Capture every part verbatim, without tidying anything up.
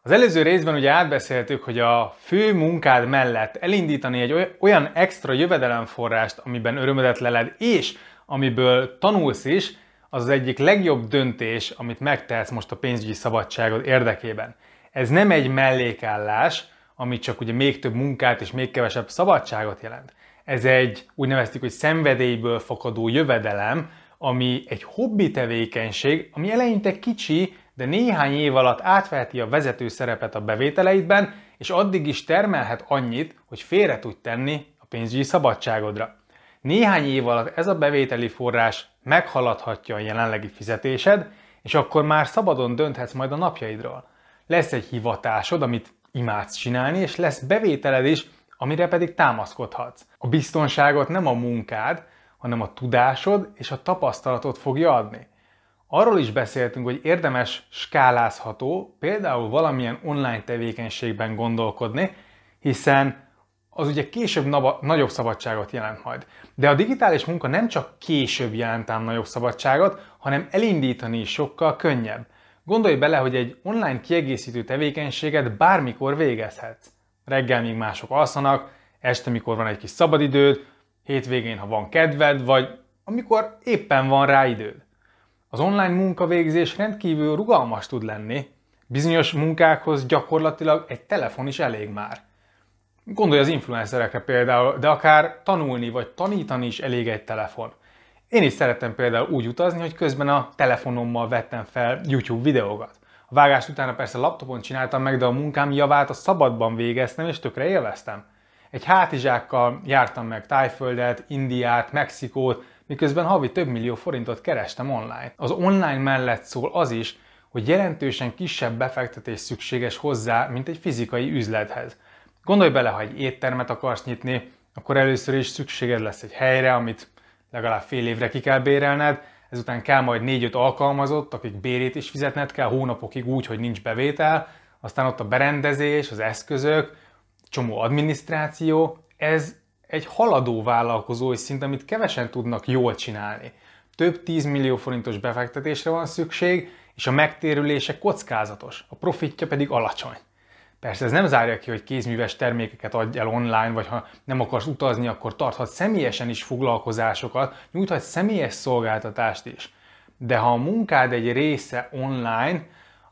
Az előző részben ugye átbeszéltük, hogy a fő munkád mellett elindítani egy olyan extra jövedelemforrást, amiben örömödet leled, és amiből tanulsz is, az az egyik legjobb döntés, amit megtehetsz most a pénzügyi szabadságod érdekében. Ez nem egy mellékállás, ami csak ugye még több munkát és még kevesebb szabadságot jelent. Ez egy úgy neveztük, hogy szenvedélyből fakadó jövedelem, ami egy hobbi tevékenység, ami eleinte kicsi, de néhány év alatt átveheti a vezető szerepet a bevételeidben, és addig is termelhet annyit, hogy félre tudj tenni a pénzügyi szabadságodra. Néhány év alatt ez a bevételi forrás meghaladhatja a jelenlegi fizetésed, és akkor már szabadon dönthetsz majd a napjaidról. Lesz egy hivatásod, amit imádsz csinálni, és lesz bevételed is, amire pedig támaszkodhatsz. A biztonságot nem a munkád, hanem a tudásod és a tapasztalatod fogja adni. Arról is beszéltünk, hogy érdemes skálázható, például valamilyen online tevékenységben gondolkodni, hiszen az ugye később nagyobb szabadságot jelent majd. De a digitális munka nem csak később jelent ám nagyobb szabadságot, hanem elindítani is sokkal könnyebb. Gondolj bele, hogy egy online kiegészítő tevékenységet bármikor végezhetsz. Reggel, míg mások alszanak, este, mikor van egy kis szabadidőd, hétvégén, ha van kedved, vagy amikor éppen van rá időd. Az online munkavégzés rendkívül rugalmas tud lenni, bizonyos munkákhoz gyakorlatilag egy telefon is elég már. Gondolj az influencerekre például, de akár tanulni vagy tanítani is elég egy telefon. Én is szerettem például úgy utazni, hogy közben a telefonommal vettem fel YouTube videókat. A vágást utána persze laptopon csináltam meg, de a munkám javát a szabadban végeztem, és tökre élveztem. Egy hátizsákkal jártam meg Tájföldet, Indiát, Mexikót, miközben havi több millió forintot kerestem online. Az online mellett szól az is, hogy jelentősen kisebb befektetés szükséges hozzá, mint egy fizikai üzlethez. Gondolj bele, ha egy éttermet akarsz nyitni, akkor először is szükséged lesz egy helyre, amit legalább fél évre ki kell bérelned, ezután kell majd négy-öt alkalmazott, akik bérét is fizetned kell hónapokig úgy, hogy nincs bevétel, aztán ott a berendezés, az eszközök, csomó adminisztráció, ez egy haladó vállalkozói szint, amit kevesen tudnak jól csinálni. Több tízmillió forintos befektetésre van szükség, és a megtérülése kockázatos, a profitja pedig alacsony. Persze ez nem zárja ki, hogy kézműves termékeket adj el online, vagy ha nem akarsz utazni, akkor tarthatsz személyesen is foglalkozásokat, nyújthatsz személyes szolgáltatást is. De ha a munkád egy része online,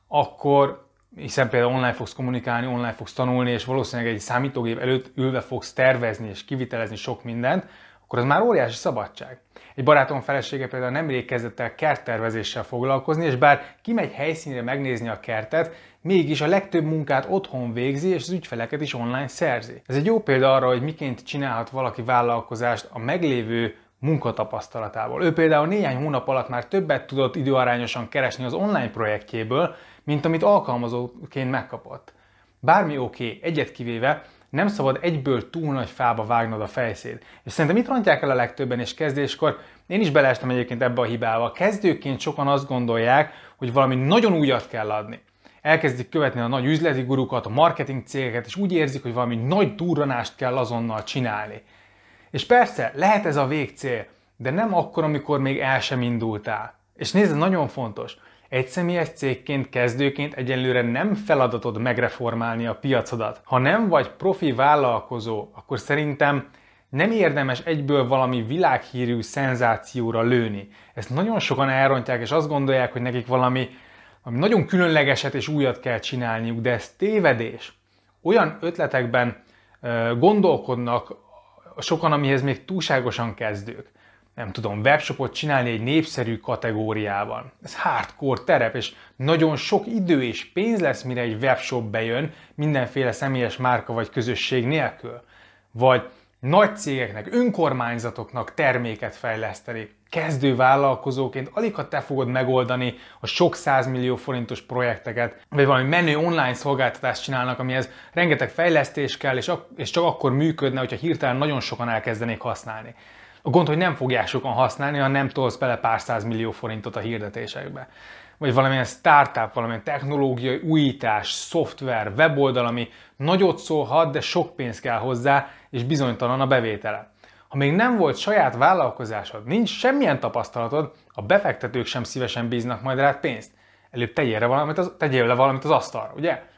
akkor, hiszen például online fogsz kommunikálni, online fogsz tanulni, és valószínűleg egy számítógép előtt ülve fogsz tervezni és kivitelezni sok mindent, akkor az már óriási szabadság. Egy barátom felesége például nemrég kezdett el kerttervezéssel foglalkozni, és bár kimegy helyszínre megnézni a kertet, mégis a legtöbb munkát otthon végzi, és az ügyfeleket is online szerzi. Ez egy jó példa arra, hogy miként csinálhat valaki vállalkozást a meglévő munkatapasztalatából. Ő például néhány hónap alatt már többet tudott időarányosan keresni az online projektjéből, mint amit alkalmazóként megkapott. Bármi oké, okay, egyet kivéve, nem szabad egyből túl nagy fába vágnod a fejszét. És szerintem itt rontják el a legtöbben, és kezdéskor én is beleestem egyébként ebbe a hibába. Kezdőként sokan azt gondolják, hogy valami nagyon újat kell adni. Elkezdik követni a nagy üzleti gurukat, a marketing cégeket, és úgy érzik, hogy valami nagy durranást kell azonnal csinálni. És persze, lehet ez a végcél, de nem akkor, amikor még el sem indultál. És nézd, nagyon fontos. Egyszemélyes cégként, kezdőként egyelőre nem feladatod megreformálni a piacodat. Ha nem vagy profi vállalkozó, akkor szerintem nem érdemes egyből valami világhírű szenzációra lőni. Ezt nagyon sokan elrontják, és azt gondolják, hogy nekik valami, valami nagyon különlegeset és újat kell csinálniuk, de ez tévedés. Olyan ötletekben gondolkodnak sokan, amihez még túlságosan kezdők. Nem tudom, webshopot csinálni egy népszerű kategóriában. Ez hardcore terep, és nagyon sok idő és pénz lesz, mire egy webshop bejön, mindenféle személyes márka vagy közösség nélkül. Vagy nagy cégeknek, önkormányzatoknak terméket fejleszteni. Kezdő vállalkozóként alig ha te fogod megoldani a sok százmillió forintos projekteket, vagy valami menő online szolgáltatást csinálnak, amihez rengeteg fejlesztés kell, és, ak- és csak akkor működne, hogyha hirtelen nagyon sokan elkezdenék használni. A gond, hogy nem fogják sokan használni, ha nem tolsz bele pár százmillió forintot a hirdetésekbe. Vagy valamilyen startup, valamilyen technológiai újítás, szoftver, weboldal, ami nagyot szólhat, de sok pénz kell hozzá, és bizonytalan a bevétele. Ha még nem volt saját vállalkozásod, nincs semmilyen tapasztalatod, a befektetők sem szívesen bíznak majd rád pénzt. Előbb tegyél le valamit az, tegyél le valamit az asztalra, ugye?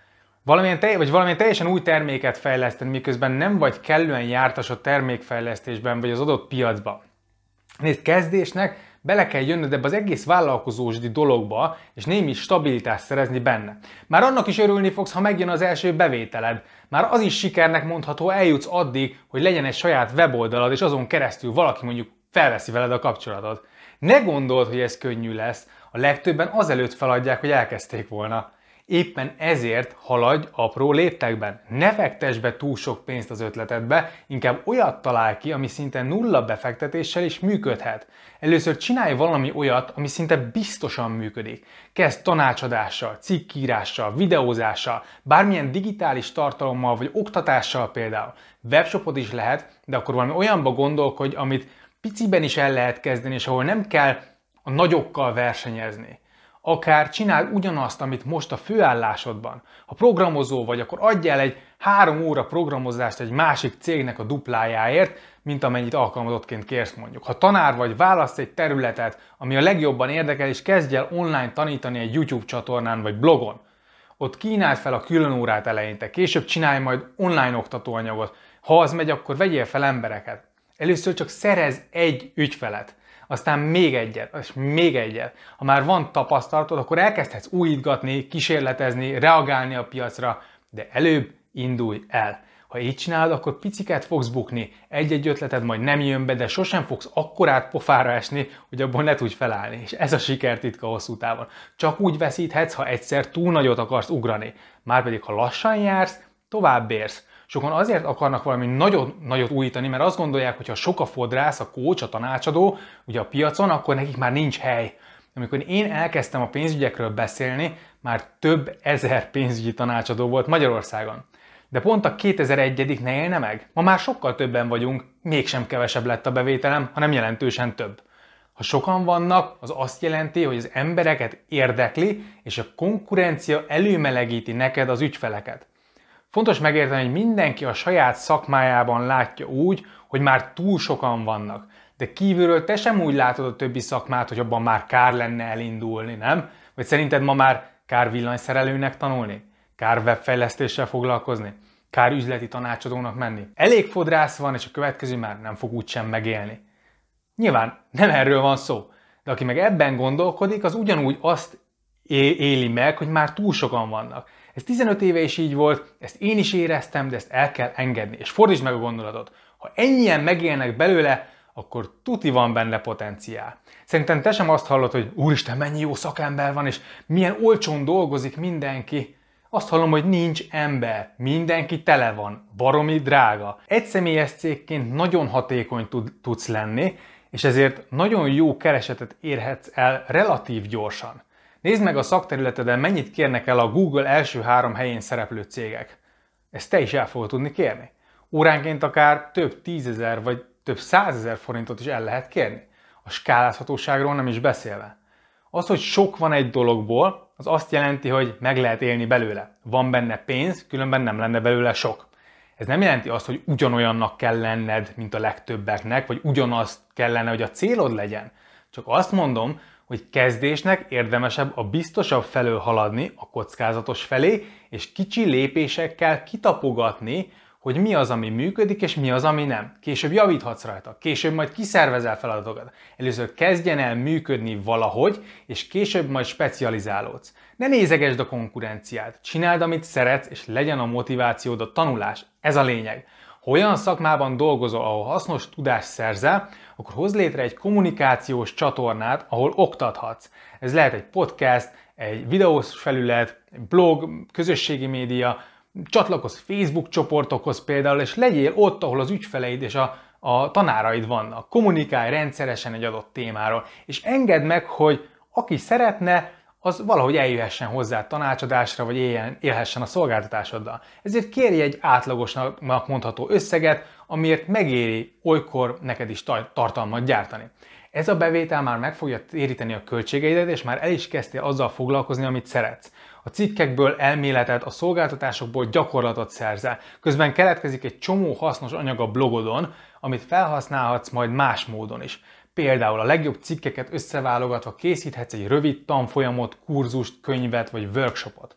Valamilyen, te, vagy valamilyen teljesen új terméket fejleszteni, miközben nem vagy kellően jártas a termékfejlesztésben, vagy az adott piacban. Nézd, kezdésnek bele kell jönnöd ebbe az egész vállalkozósdi dologba, és némi stabilitást szerezni benne. Már annak is örülni fogsz, ha megjön az első bevételed. Már az is sikernek mondható, eljutsz addig, hogy legyen egy saját weboldalad, és azon keresztül valaki mondjuk felveszi veled a kapcsolatot. Ne gondold, hogy ez könnyű lesz, a legtöbben azelőtt feladják, hogy elkezdték volna. Éppen ezért haladj apró léptekben. Ne fektess be túl sok pénzt az ötletedbe, inkább olyat találj ki, ami szinte nulla befektetéssel is működhet. Először csinálj valami olyat, ami szinte biztosan működik. Kezd tanácsadással, cikkírással, videózással, bármilyen digitális tartalommal vagy oktatással például. Webshopod is lehet, de akkor valami olyanba gondolkodj, amit piciben is el lehet kezdeni, és ahol nem kell a nagyokkal versenyezni. Akár csináld ugyanazt, amit most a főállásodban. Ha programozó vagy, akkor adj el egy három óra programozást egy másik cégnek a duplájáért, mint amennyit alkalmazottként kérsz mondjuk. Ha tanár vagy, választs egy területet, ami a legjobban érdekel, és kezdj el online tanítani egy YouTube csatornán vagy blogon. Ott kínáld fel a különórát eleinte, később csinálj majd online oktatóanyagot. Ha az megy, akkor vegyél fel embereket. Először csak szerezz egy ügyfelet. Aztán még egyet, és még egyet. Ha már van tapasztalatod, akkor elkezdhetsz újítgatni, kísérletezni, reagálni a piacra, de előbb indulj el. Ha így csinálod, akkor piciket fogsz bukni, egy-egy ötleted majd nem jön be, de sosem fogsz akkorát pofára esni, hogy abból ne tudj felállni. És ez a sikertitka hosszú távon. Csak úgy veszíthetsz, ha egyszer túl nagyot akarsz ugrani. Márpedig, ha lassan jársz, tovább érsz. Sokan azért akarnak valami nagyot, nagyot újítani, mert azt gondolják, hogy ha sok a fodrász, a coach, a tanácsadó, ugye a piacon, akkor nekik már nincs hely. Amikor én elkezdtem a pénzügyekről beszélni, már több ezer pénzügyi tanácsadó volt Magyarországon. De pont a kétezer-egyedik ne élne meg. Ma már sokkal többen vagyunk, mégsem kevesebb lett a bevételem, hanem jelentősen több. Ha sokan vannak, az azt jelenti, hogy az embereket érdekli, és a konkurencia előmelegíti neked az ügyfeleket. Fontos megérteni, hogy mindenki a saját szakmájában látja úgy, hogy már túl sokan vannak. De kívülről te sem úgy látod a többi szakmát, hogy abban már kár lenne elindulni, nem? Vagy szerinted ma már kár villanyszerelőnek tanulni? Kár webfejlesztéssel foglalkozni? Kár üzleti tanácsadónak menni? Elég fodrász van, és a következő már nem fog úgysem megélni. Nyilván nem erről van szó, de aki meg ebben gondolkodik, az ugyanúgy azt éli meg, hogy már túl sokan vannak. Ez tizenöt éve is így volt, ezt én is éreztem, de ezt el kell engedni. És fordítsd meg a gondolatot. Ha ennyien megélnek belőle, akkor tuti van benne potenciál. Szerintem te sem azt hallod, hogy úristen, mennyi jó szakember van, és milyen olcsón dolgozik mindenki. Azt hallom, hogy nincs ember, mindenki tele van, baromi drága. Egy személyes cégként nagyon hatékony tud, tudsz lenni, és ezért nagyon jó keresetet érhetsz el relatív gyorsan. Nézd meg a szakterületeden, mennyit kérnek el a Google első három helyén szereplő cégek. Ezt te is el fogod tudni kérni. Óránként akár több tízezer vagy több százezer forintot is el lehet kérni. A skálázhatóságról nem is beszélve. Az, hogy sok van egy dologból, az azt jelenti, hogy meg lehet élni belőle. Van benne pénz, különben nem lenne belőle sok. Ez nem jelenti azt, hogy ugyanolyannak kell lenned, mint a legtöbbeknek, vagy ugyanazt kellene, hogy a célod legyen. Csak azt mondom, hogy kezdésnek érdemesebb a biztosabb felől haladni, a kockázatos felé, és kicsi lépésekkel kitapogatni, hogy mi az, ami működik, és mi az, ami nem. Később javíthatsz rajta, később majd kiszervezel feladatokat. Először kezdjen el működni valahogy, és később majd specializálódsz. Ne nézegesd a konkurenciát, csináld, amit szeretsz, és legyen a motivációd a tanulás. Ez a lényeg. Ha olyan szakmában dolgozol, ahol hasznos tudást szerzel, akkor hozz létre egy kommunikációs csatornát, ahol oktathatsz. Ez lehet egy podcast, egy videós felület, egy blog, közösségi média, csatlakozz Facebook csoportokhoz például, és legyél ott, ahol az ügyfeleid és a, a tanáraid vannak. Kommunikálj rendszeresen egy adott témáról, és engedd meg, hogy aki szeretne, az valahogy eljöhessen hozzá tanácsadásra, vagy éljen, élhessen a szolgáltatásoddal. Ezért kérj egy átlagosnak mondható összeget, amiért megéri olykor neked is tartalmat gyártani. Ez a bevétel már meg fogja téríteni a költségeidet, és már el is kezdtél azzal foglalkozni, amit szeretsz. A cikkekből elméletet, a szolgáltatásokból gyakorlatot szerzel. Közben keletkezik egy csomó hasznos anyag a blogodon, amit felhasználhatsz majd más módon is. Például a legjobb cikkeket összeválogatva készíthetsz egy rövid tanfolyamot, kurzust, könyvet vagy workshopot.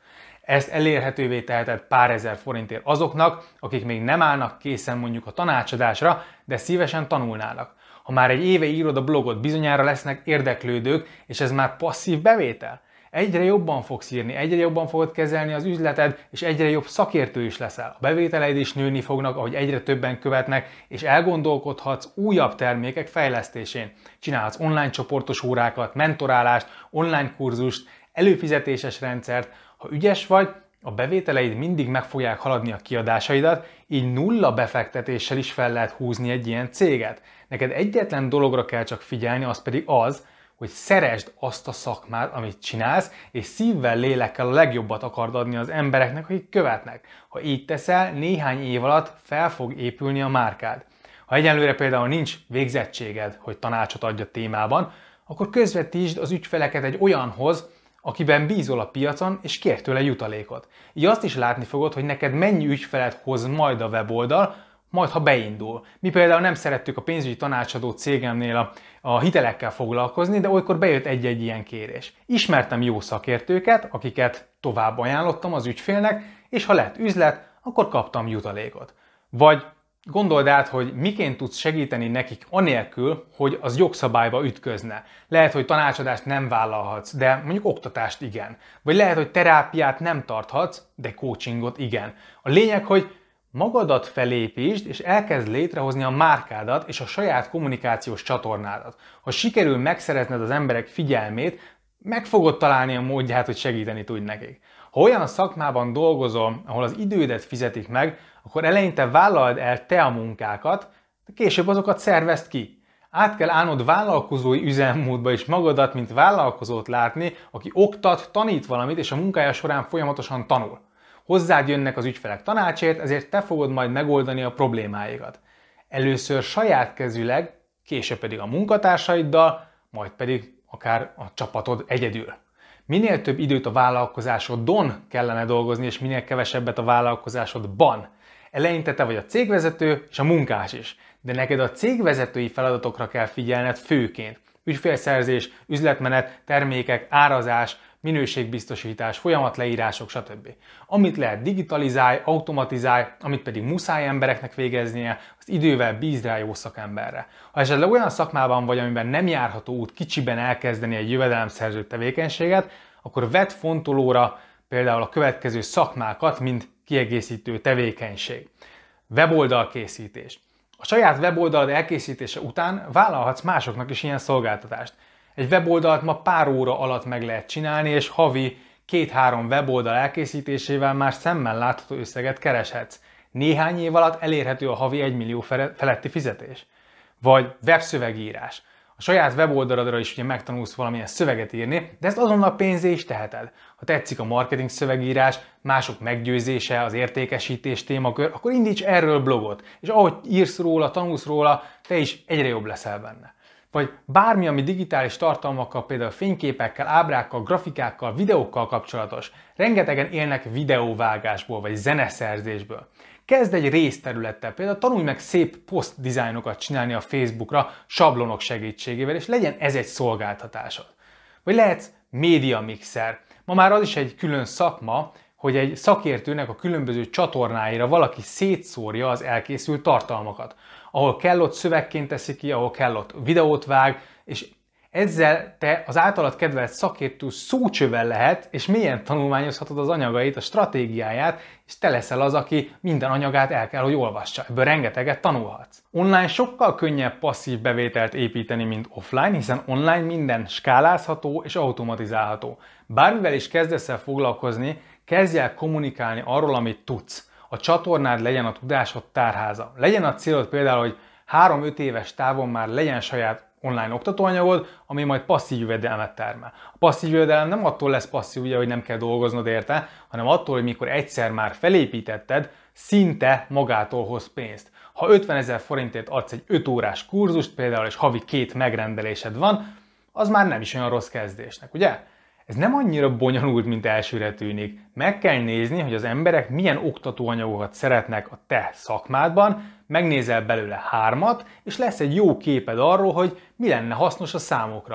Ezt elérhetővé teheted pár ezer forintért azoknak, akik még nem állnak készen mondjuk a tanácsadásra, de szívesen tanulnának. Ha már egy éve írod a blogot, bizonyára lesznek érdeklődők, és ez már passzív bevétel. Egyre jobban fogsz írni, egyre jobban fogod kezelni az üzleted, és egyre jobb szakértő is leszel. A bevételeid is nőni fognak, ahogy egyre többen követnek, és elgondolkodhatsz újabb termékek fejlesztésén. Csinálhatsz online csoportos órákat, mentorálást, online kurzust, előfizetéses rendszert. Ha ügyes vagy, a bevételeid mindig meg fogják haladni a kiadásaidat, így nulla befektetéssel is fel lehet húzni egy ilyen céget. Neked egyetlen dologra kell csak figyelni, az pedig az, hogy szeresd azt a szakmát, amit csinálsz, és szívvel, lélekkel a legjobbat akard adni az embereknek, akik követnek. Ha így teszel, néhány év alatt fel fog épülni a márkád. Ha egyenlőre például nincs végzettséged, hogy tanácsot adj a témában, akkor közvetítsd az ügyfeleket egy olyanhoz, akiben bízol a piacon, és kér tőle jutalékot. Így azt is látni fogod, hogy neked mennyi ügyfelet hoz majd a weboldal, majd ha beindul. Mi például nem szerettük a pénzügyi tanácsadó cégemnél a, a hitelekkel foglalkozni, de olykor bejött egy-egy ilyen kérés. Ismertem jó szakértőket, akiket tovább ajánlottam az ügyfélnek, és ha lett üzlet, akkor kaptam jutalékot. Vagy gondold át, hogy miként tudsz segíteni nekik anélkül, hogy az jogszabályba ütközne. Lehet, hogy tanácsadást nem vállalhatsz, de mondjuk oktatást igen. Vagy lehet, hogy terápiát nem tarthatsz, de coachingot igen. A lényeg, hogy magadat felépítsd, és elkezd létrehozni a márkádat és a saját kommunikációs csatornádat. Ha sikerül megszerezned az emberek figyelmét, meg fogod találni a módját, hogy segíteni tudj nekik. Ha olyan szakmában dolgozol, ahol az idődet fizetik meg, akkor eleinte vállald el te a munkákat, de később azokat szervezd ki. Át kell állnod vállalkozói üzemmódba is magadat, mint vállalkozót látni, aki oktat, tanít valamit, és a munkája során folyamatosan tanul. Hozzád jönnek az ügyfelek tanácsért, ezért te fogod majd megoldani a problémáikat. Először saját kezűleg, később pedig a munkatársaiddal, majd pedig akár a csapatod egyedül. Minél több időt a vállalkozásodon kellene dolgozni, és minél kevesebbet a vállalkozásodban. Eleinte te vagy a cégvezető és a munkás is, de neked a cégvezetői feladatokra kell figyelned főként. Ügyfélszerzés, üzletmenet, termékek, árazás, minőségbiztosítás, folyamatleírások, stb. Amit lehet digitalizálj, automatizálj, amit pedig muszáj embereknek végeznie, azt idővel bízd rá jó szakemberre. Ha esetleg olyan szakmában vagy, amiben nem járható út kicsiben elkezdeni egy jövedelemszerző tevékenységet, akkor vedd fontolóra például a következő szakmákat, mint kiegészítő tevékenység. Weboldalkészítés. A saját weboldalad elkészítése után vállalhatsz másoknak is ilyen szolgáltatást. Egy weboldalt ma pár óra alatt meg lehet csinálni, és havi két-három weboldal elkészítésével már szemmel látható összeget kereshetsz. Néhány év alatt elérhető a havi egymillió feletti fizetés. Vagy webszövegírás. A saját weboldalodra is ugye megtanulsz valamilyen szöveget írni, de ezt azonnal pénzé is teheted. Ha tetszik a marketing szövegírás, mások meggyőzése, az értékesítés témakör, akkor indíts erről blogot, és ahogy írsz róla, tanulsz róla, te is egyre jobb leszel benne. Vagy bármi, ami digitális tartalmakkal, például fényképekkel, ábrákkal, grafikákkal, videókkal kapcsolatos. Rengetegen élnek videóvágásból, vagy zeneszerzésből. Kezd egy részterülettel, például tanulj meg szép post dizájnokat csinálni a Facebookra sablonok segítségével, és legyen ez egy szolgáltatásod. Vagy lehetsz média mixer. Ma már az is egy külön szakma, hogy egy szakértőnek a különböző csatornáira valaki szétszórja az elkészült tartalmakat. Ahol kell, ott szövegként teszi ki, ahol kell, ott videót vág, és ezzel te az általad kedvelt szakértő szócsövel lehet, és mélyen tanulmányozhatod az anyagait, a stratégiáját, és te leszel az, aki minden anyagát el kell, hogy olvassa. Ebből rengeteget tanulhatsz. Online sokkal könnyebb passzív bevételt építeni, mint offline, hiszen online minden skálázható és automatizálható. Bármivel is kezdesz el foglalkozni, kezdj el kommunikálni arról, amit tudsz. A csatornád legyen a tudásod tárháza. Legyen a célod például, hogy három-öt éves távon már legyen saját online oktatóanyagod, ami majd passzív jövedelmet termel. A passzív jövedelem nem attól lesz passzív, ugye, hogy nem kell dolgoznod érte, hanem attól, hogy mikor egyszer már felépítetted, szinte magától hoz pénzt. Ha ötvenezer forintért adsz egy öt órás kurzust, például és havi két megrendelésed van, az már nem is olyan rossz kezdésnek, ugye? Ez nem annyira bonyolult, mint elsőre tűnik. Meg kell nézni, hogy az emberek milyen oktatóanyagokat szeretnek a te szakmádban, megnézel belőle hármat, és lesz egy jó képed arról, hogy mi lenne hasznos a számokra.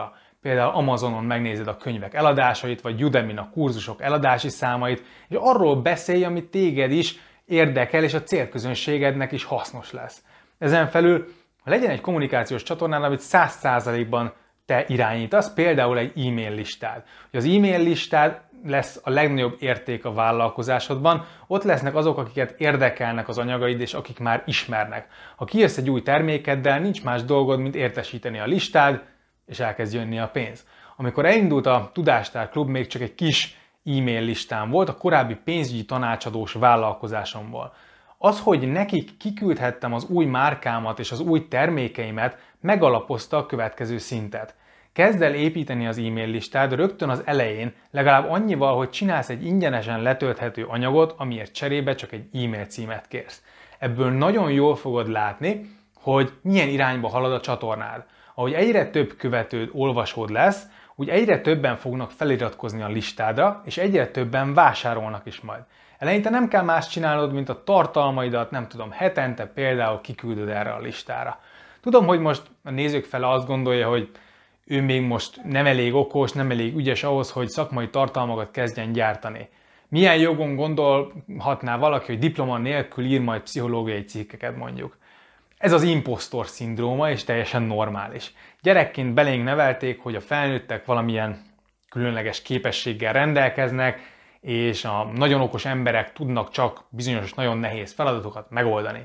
például Amazonon megnézed a könyvek eladásait, vagy Udemy-n a kurzusok eladási számait, és arról beszélj, ami téged is érdekel, és a célközönségednek is hasznos lesz. Ezen felül legyen egy kommunikációs csatornán, amit száz százalékban te irányítasz, például egy e-mail listád. Az e-mail listád lesz a legnagyobb érték a vállalkozásodban, ott lesznek azok, akiket érdekelnek az anyagaid, és akik már ismernek. Ha kijössz egy új termékeddel, nincs más dolgod, mint értesíteni a listád, és elkezd jönni a pénz. Amikor elindult a Tudástár Klub, még csak egy kis e-mail listám volt a korábbi pénzügyi tanácsadós vállalkozásomból. Az, hogy nekik kiküldhettem az új márkámat és az új termékeimet, megalapozta a következő szintet. Kezd el építeni az e-mail listád rögtön az elején, legalább annyival, hogy csinálsz egy ingyenesen letölthető anyagot, amiért cserébe csak egy e-mail címet kérsz. Ebből nagyon jól fogod látni, hogy milyen irányba halad a csatornád. Ahogy egyre több követőd, olvasód lesz, úgy egyre többen fognak feliratkozni a listádra, és egyre többen vásárolnak is majd. Eleinte nem kell más csinálnod, mint a tartalmaidat, nem tudom, hetente például kiküldöd erre a listára. Tudom, hogy most a nézők fele azt gondolja, hogy ő még most nem elég okos, nem elég ügyes ahhoz, hogy szakmai tartalmakat kezdjen gyártani. Milyen jogon gondolhatná valaki, hogy diploma nélkül ír majd pszichológiai cikkeket mondjuk? Ez az impostor szindróma, és teljesen normális. Gyerekként belénk nevelték, hogy a felnőttek valamilyen különleges képességgel rendelkeznek, és a nagyon okos emberek tudnak csak bizonyos nagyon nehéz feladatokat megoldani.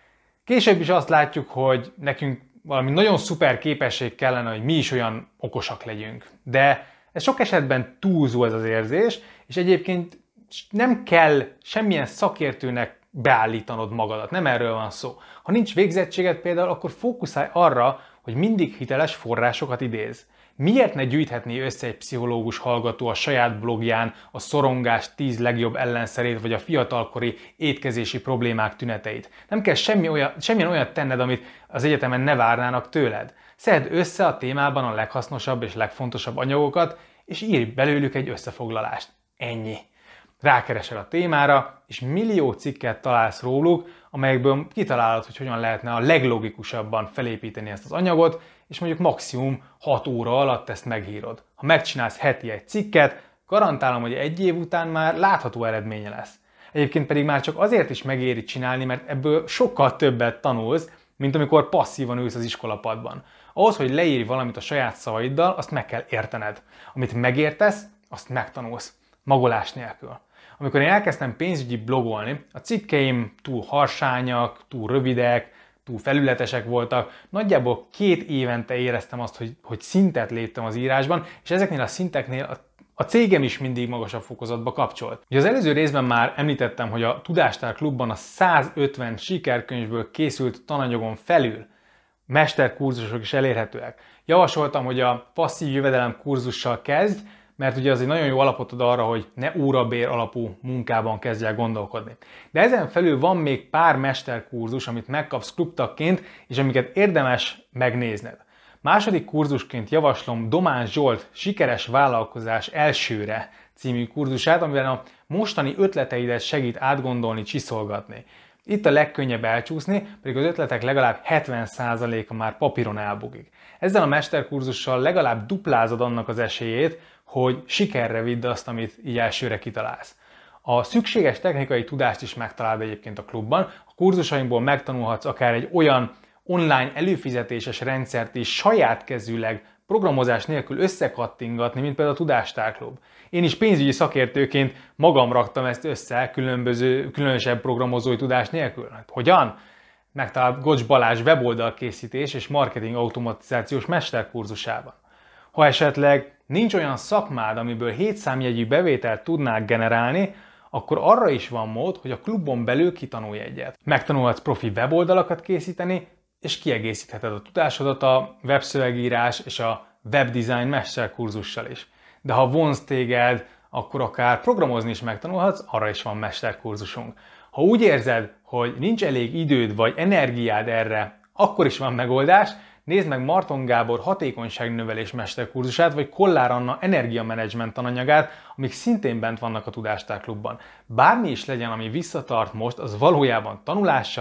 Később is azt látjuk, hogy nekünk valami nagyon szuper képesség kellene, hogy mi is olyan okosak legyünk. De ez sok esetben túlzó ez az érzés, és egyébként nem kell semmilyen szakértőnek beállítanod magadat, nem erről van szó. Ha nincs végzettséged például, akkor fókuszálj arra, hogy mindig hiteles forrásokat idéz. Miért ne gyűjthetné össze egy pszichológus hallgató a saját blogján a szorongás tíz legjobb ellenszerét, vagy a fiatalkori étkezési problémák tüneteit? Nem kell semmi olyan, semmilyen olyat tenned, amit az egyetemen ne várnának tőled. Szedd össze a témában a leghasznosabb és legfontosabb anyagokat, és írj belőlük egy összefoglalást. Ennyi. Rákeresel a témára, és millió cikket találsz róluk, amelyekből kitalálod, hogy hogyan lehetne a leglogikusabban felépíteni ezt az anyagot, és mondjuk maximum hat óra alatt ezt megírod. Ha megcsinálsz heti egy cikket, garantálom, hogy egy év után már látható eredménye lesz. Egyébként pedig már csak azért is megéri csinálni, mert ebből sokkal többet tanulsz, mint amikor passzívan ülsz az iskolapadban. Ahhoz, hogy leírj valamit a saját szavaiddal, azt meg kell értened. Amit megértesz, azt megtanulsz. Magolás nélkül. Amikor én elkezdtem pénzügyi blogolni, a cikkeim túl harsányak, túl rövidek, túl felületesek voltak. Nagyjából két évente éreztem azt, hogy, hogy szintet léptem az írásban, és ezeknél a szinteknél a, a cégem is mindig magasabb fokozatba kapcsolt. Ugye az előző részben már említettem, hogy a Tudástár Klubban a százötven sikerkönyvből készült tananyagon felül mesterkurzusok is elérhetőek. Javasoltam, hogy a passzív jövedelem kurzussal kezdj, mert ugye az egy nagyon jó alapot ad arra, hogy ne órabér alapú munkában kezdj el gondolkodni. De ezen felül van még pár mesterkurzus, amit megkapsz klubtagként, és amiket érdemes megnézned. Második kurzusként javaslom Domán Zsolt Sikeres vállalkozás elsőre című kurzusát, amiben a mostani ötleteidet segít átgondolni, csiszolgatni. Itt a legkönnyebb elcsúszni, pedig az ötletek legalább hetven százaléka már papíron elbukik. Ezzel a mesterkurzussal legalább duplázod annak az esélyét, hogy sikerre vidd azt, amit így elsőre kitalálsz. A szükséges technikai tudást is megtalálod egyébként a klubban. A kurzusainkból megtanulhatsz akár egy olyan online előfizetéses rendszert is saját kezűleg programozás nélkül összekattingatni, mint például a Tudástár Klub. Én is pénzügyi szakértőként magam raktam ezt össze különböző, különösebb programozói tudás nélkül. Hát hogyan? Megtalált Gocs Balázs weboldalkészítés és marketing automatizációs mesterkurzusában. Ha esetleg nincs olyan szakmád, amiből hét számjegyű bevételt tudnák generálni, akkor arra is van mód, hogy a klubon belül kitanulj egyet. Megtanulhatsz profi weboldalakat készíteni, és kiegészítheted a tudásodat a webszövegírás és a webdesign mesterkurzussal is. De ha vonz téged, akkor akár programozni is megtanulhatsz, arra is van mesterkurzusunk. Ha úgy érzed, hogy nincs elég időd vagy energiád erre, akkor is van megoldás. Nézd meg Marton Gábor hatékonyságnövelés mesterkurzusát, vagy Kollár Anna energiamenedzsment tananyagát, amik szintén bent vannak a Tudástár Klubban. Bármi is legyen, ami visszatart most, az valójában tanulással,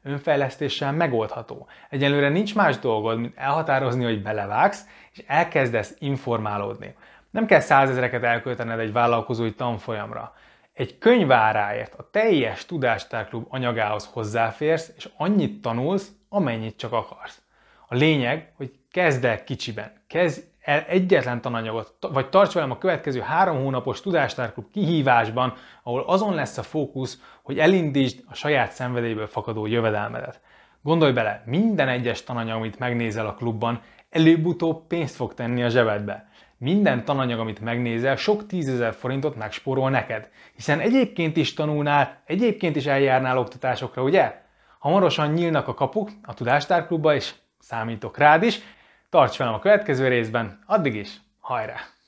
önfejlesztéssel megoldható. Egyelőre nincs más dolgod, mint elhatározni, hogy belevágsz, és elkezdesz informálódni. Nem kell százezreket elköltened egy vállalkozói tanfolyamra. Egy könyváráért a teljes Tudástárklub anyagához hozzáférsz, és annyit tanulsz, amennyit csak akarsz. A lényeg, hogy kezd el kicsiben. Kezd el egyetlen tananyagot, vagy tarts velem a következő három hónapos Tudástárklub kihívásban, ahol azon lesz a fókusz, hogy elindítsd a saját szenvedélyből fakadó jövedelmedet. Gondolj bele, minden egyes tananyag, amit megnézel a klubban, előbb-utóbb pénzt fog tenni a zsebedbe. Minden tananyag, amit megnézel, sok tízezer forintot megspórol neked. Hiszen egyébként is tanulnál, egyébként is eljárnál oktatásokra, ugye? Hamarosan nyílnak a kapuk a Tudástárklubba, és számítok rád is. Tarts velem a következő részben, addig is, hajrá!